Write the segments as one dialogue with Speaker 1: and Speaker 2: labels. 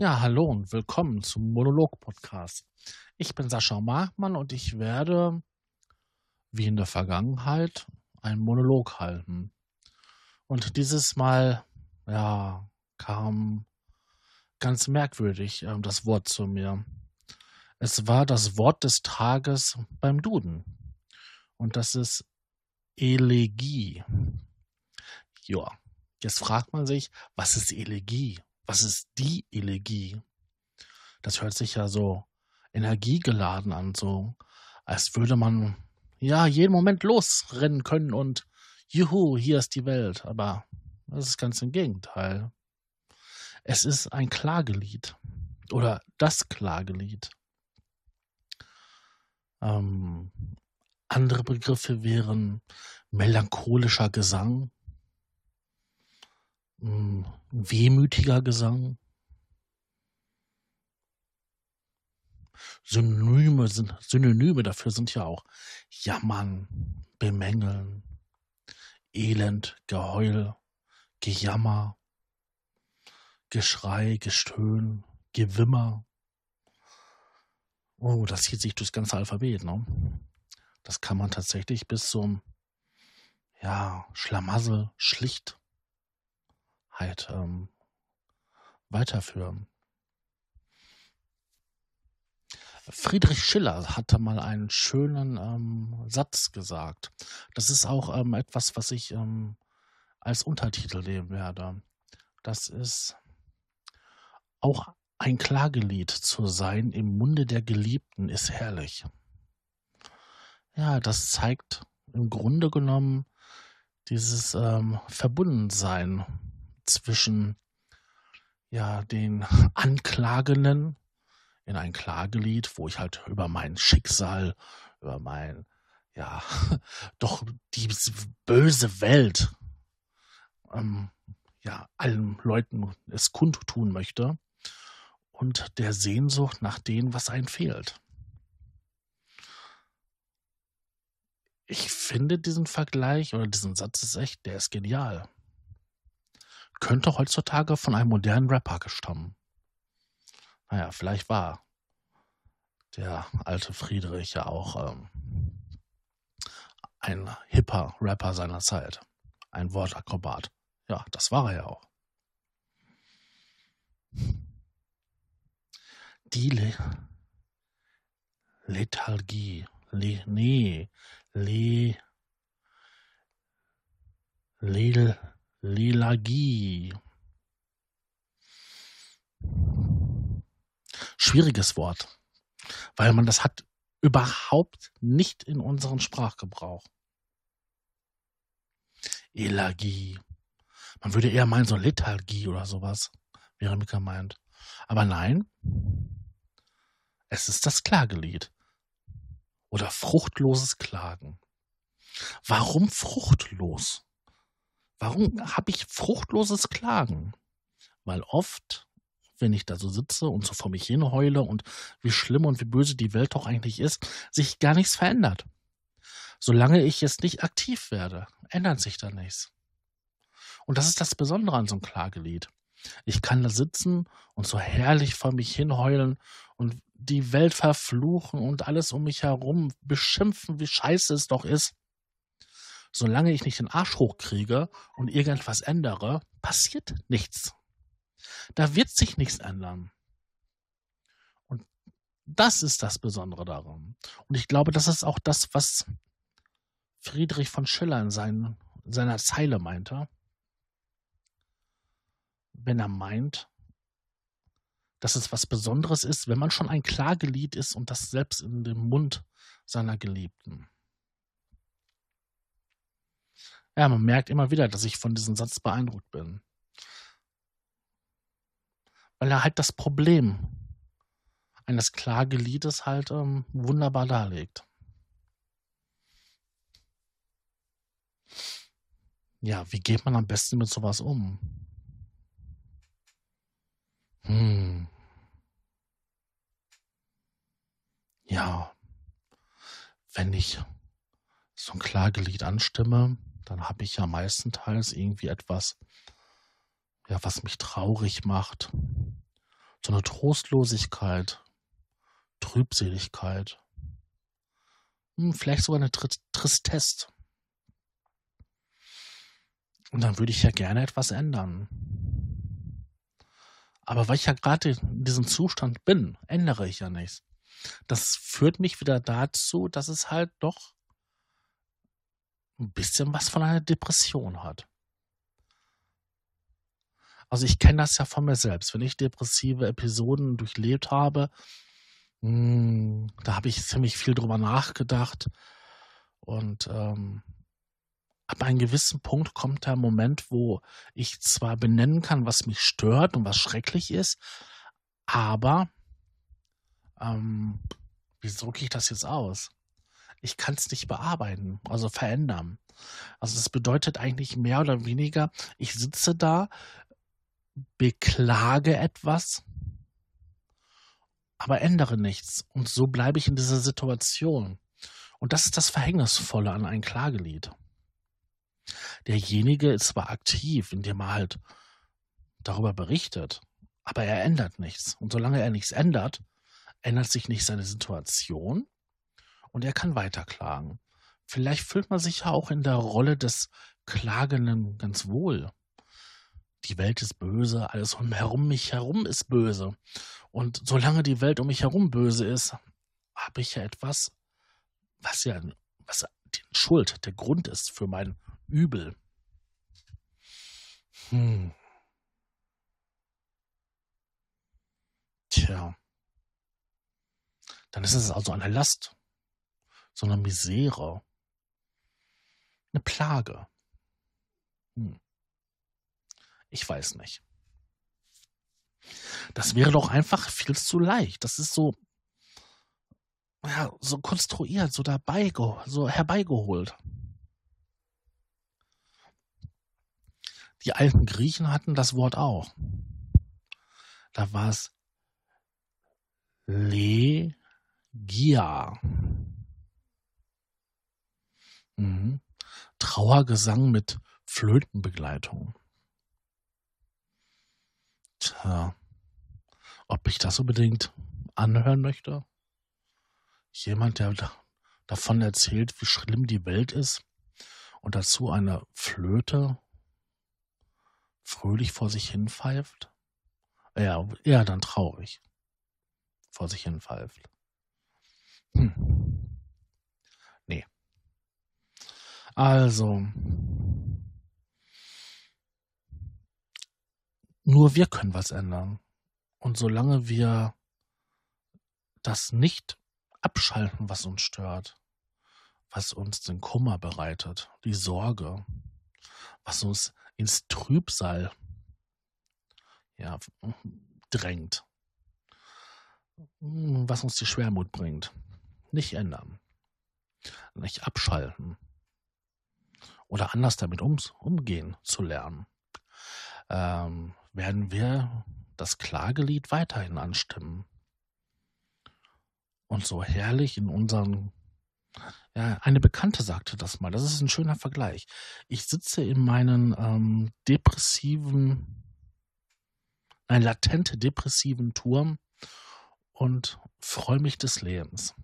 Speaker 1: Ja, hallo und willkommen zum Monolog-Podcast. Ich bin Sascha Markmann und ich werde, wie in der Vergangenheit, einen Monolog halten. Und dieses Mal, ja, kam ganz merkwürdig das Wort zu mir. Es war das Wort des Tages beim Duden. Und das ist Elegie. Ja, jetzt fragt man sich, was ist Elegie? Was ist die Elegie? Das hört sich ja so energiegeladen an, so als würde man ja jeden Moment losrennen können und juhu, hier ist die Welt. Aber das ist ganz im Gegenteil. Es ist ein Klagelied oder das Klagelied. Andere Begriffe wären melancholischer Gesang, wehmütiger Gesang. Synonyme dafür sind ja auch jammern, bemängeln, Elend, Geheul, Gejammer, Geschrei, Gestöhn, Gewimmer. Oh, das zieht sich durchs ganze Alphabet, ne? Das kann man tatsächlich bis zum, ja, Schlamassel, Schlichtheit weiterführen. Friedrich Schiller hatte mal einen schönen Satz gesagt. Das ist auch etwas, was ich als Untertitel nehmen werde. Das ist auch ein Klagelied zu sein im Munde der Geliebten ist herrlich. Ja, das zeigt im Grunde genommen dieses Verbundensein zwischen ja den Anklagenden in ein Klagelied, wo ich halt über mein Schicksal, über mein, ja, doch die böse Welt, ja, allen Leuten es kundtun möchte und der Sehnsucht nach dem, was einem fehlt. Ich finde diesen Vergleich oder diesen Satz ist echt, der ist genial. Könnte heutzutage von einem modernen Rapper stammen. Naja, vielleicht war der alte Friedrich ja auch ein hipper Rapper seiner Zeit. Ein Wortakrobat. Ja, das war er ja auch. Die Lethargie. Lelagie. Schwieriges Wort, weil man das hat überhaupt nicht in unseren Sprachgebrauch. Elegie. Man würde eher meinen, so Lethargie oder sowas wäre mit gemeint. Aber nein, es ist das Klagelied. Oder fruchtloses Klagen. Warum fruchtlos? Warum habe ich fruchtloses Klagen? Weil oft, wenn ich da so sitze und so vor mich hin heule und wie schlimm und wie böse die Welt doch eigentlich ist, sich gar nichts verändert. Solange ich jetzt nicht aktiv werde, ändert sich da nichts. Und das ist das Besondere an so einem Klagelied. Ich kann da sitzen und so herrlich vor mich hin heulen und die Welt verfluchen und alles um mich herum beschimpfen, wie scheiße es doch ist. Solange ich nicht den Arsch hochkriege und irgendwas ändere, passiert nichts. Da wird sich nichts ändern. Und das ist das Besondere daran. Und ich glaube, das ist auch das, was Friedrich von Schiller in seiner Zeile meinte, wenn er meint, dass es was Besonderes ist, wenn man schon ein Klagelied ist und das selbst in dem Mund seiner Geliebten. Ja, man merkt immer wieder, dass ich von diesem Satz beeindruckt bin. Weil er halt das Problem eines Klageliedes halt wunderbar darlegt. Ja, wie geht man am besten mit sowas um? Ja, wenn ich so ein Klagelied anstimme, dann habe ich ja meistenteils irgendwie etwas, ja, was mich traurig macht. So eine Trostlosigkeit, Trübseligkeit, vielleicht sogar eine Tristesse. Und dann würde ich ja gerne etwas ändern. Aber weil ich ja gerade in diesem Zustand bin, ändere ich ja nichts. Das führt mich wieder dazu, dass es halt doch ein bisschen was von einer Depression hat. Also ich kenne das ja von mir selbst. Wenn ich depressive Episoden durchlebt habe, da habe ich ziemlich viel drüber nachgedacht. Und ab einem gewissen Punkt kommt der Moment, wo ich zwar benennen kann, was mich stört und was schrecklich ist, aber wie drücke ich das jetzt aus? Ich kann es nicht bearbeiten, also verändern. Also das bedeutet eigentlich mehr oder weniger, ich sitze da, beklage etwas, aber ändere nichts. Und so bleibe ich in dieser Situation. Und das ist das Verhängnisvolle an einem Klagelied. Derjenige ist zwar aktiv, indem er halt darüber berichtet, aber er ändert nichts. Und solange er nichts ändert, ändert sich nicht seine Situation und er kann weiter klagen. Vielleicht fühlt man sich ja auch in der Rolle des Klagenden ganz wohl. Die Welt ist böse, alles um mich herum ist böse. Und solange die Welt um mich herum böse ist, habe ich ja etwas, was die Schuld, der Grund ist für mein Übel. Tja. Dann ist es also eine Last, so eine Misere, eine Plage. Ich weiß nicht. Das wäre doch einfach viel zu leicht. Das ist so, ja, so konstruiert, so herbeigeholt. Die alten Griechen hatten das Wort auch. Da war es Legia. Trauergesang mit Flötenbegleitung. Tja, ob ich das unbedingt anhören möchte? Jemand, der davon erzählt, wie schlimm die Welt ist und dazu eine Flöte fröhlich vor sich hin pfeift? Ja, eher dann traurig vor sich hin pfeift. Nee. Also, nur wir können was ändern. Und solange wir das nicht abschalten, was uns stört, was uns den Kummer bereitet, die Sorge, was uns ins Trübsal drängt, was uns die Schwermut bringt, nicht ändern, nicht abschalten oder anders damit umgehen zu lernen, werden wir das Klagelied weiterhin anstimmen. Und so herrlich in unseren, eine Bekannte sagte das mal, das ist ein schöner Vergleich. Ich sitze in meinen latent depressiven Turm und freue mich des Lebens.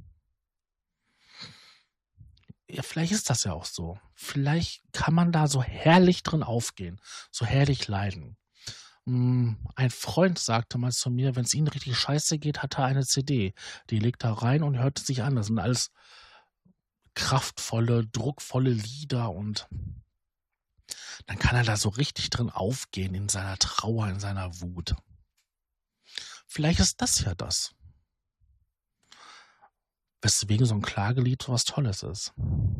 Speaker 1: Ja, vielleicht ist das ja auch so. Vielleicht kann man da so herrlich drin aufgehen, so herrlich leiden. Ein Freund sagte mal zu mir, wenn es ihm richtig scheiße geht, hat er eine CD. Die legt er rein und hört es sich an. Das sind alles kraftvolle, druckvolle Lieder und dann kann er da so richtig drin aufgehen in seiner Trauer, in seiner Wut. Vielleicht ist das ja das. Weswegen so ein Klagelied so was Tolles ist.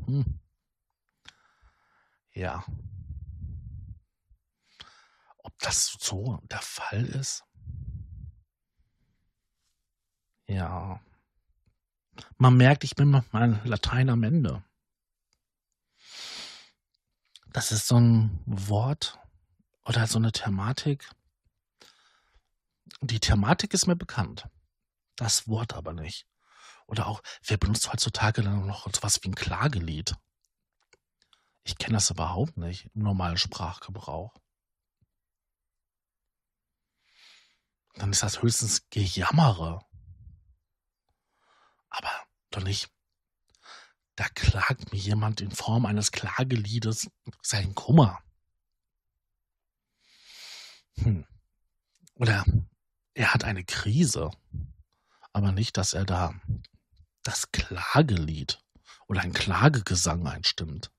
Speaker 1: Ja. Ob das so der Fall ist? Ja. Man merkt, ich bin mit meinem Latein am Ende. Das ist so ein Wort oder so eine Thematik. Die Thematik ist mir bekannt. Das Wort aber nicht. Oder auch, wer benutzt heutzutage dann noch sowas wie ein Klagelied? Ich kenne das überhaupt nicht im normalen Sprachgebrauch. dann ist das höchstens Gejammere. Aber doch nicht, da klagt mir jemand in Form eines Klageliedes seinen Kummer. Oder er hat eine Krise, aber nicht, dass er da das Klagelied oder ein Klagegesang einstimmt.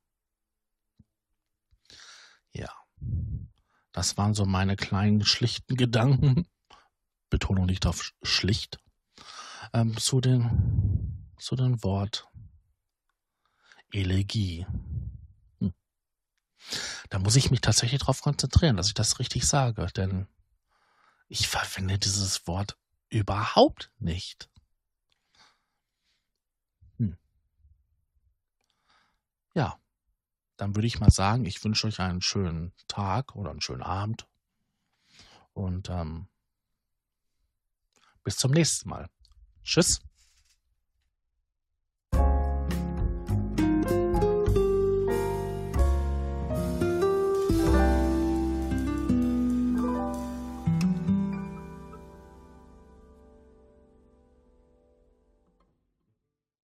Speaker 1: Ja, das waren so meine kleinen, schlichten Gedanken. Betonung nicht auf schlicht. Zu dem Wort Elegie. Da muss ich mich tatsächlich darauf konzentrieren, dass ich das richtig sage, denn ich verwende dieses Wort überhaupt nicht. Ja, dann würde ich mal sagen, ich wünsche euch einen schönen Tag oder einen schönen Abend und bis zum nächsten Mal. Tschüss.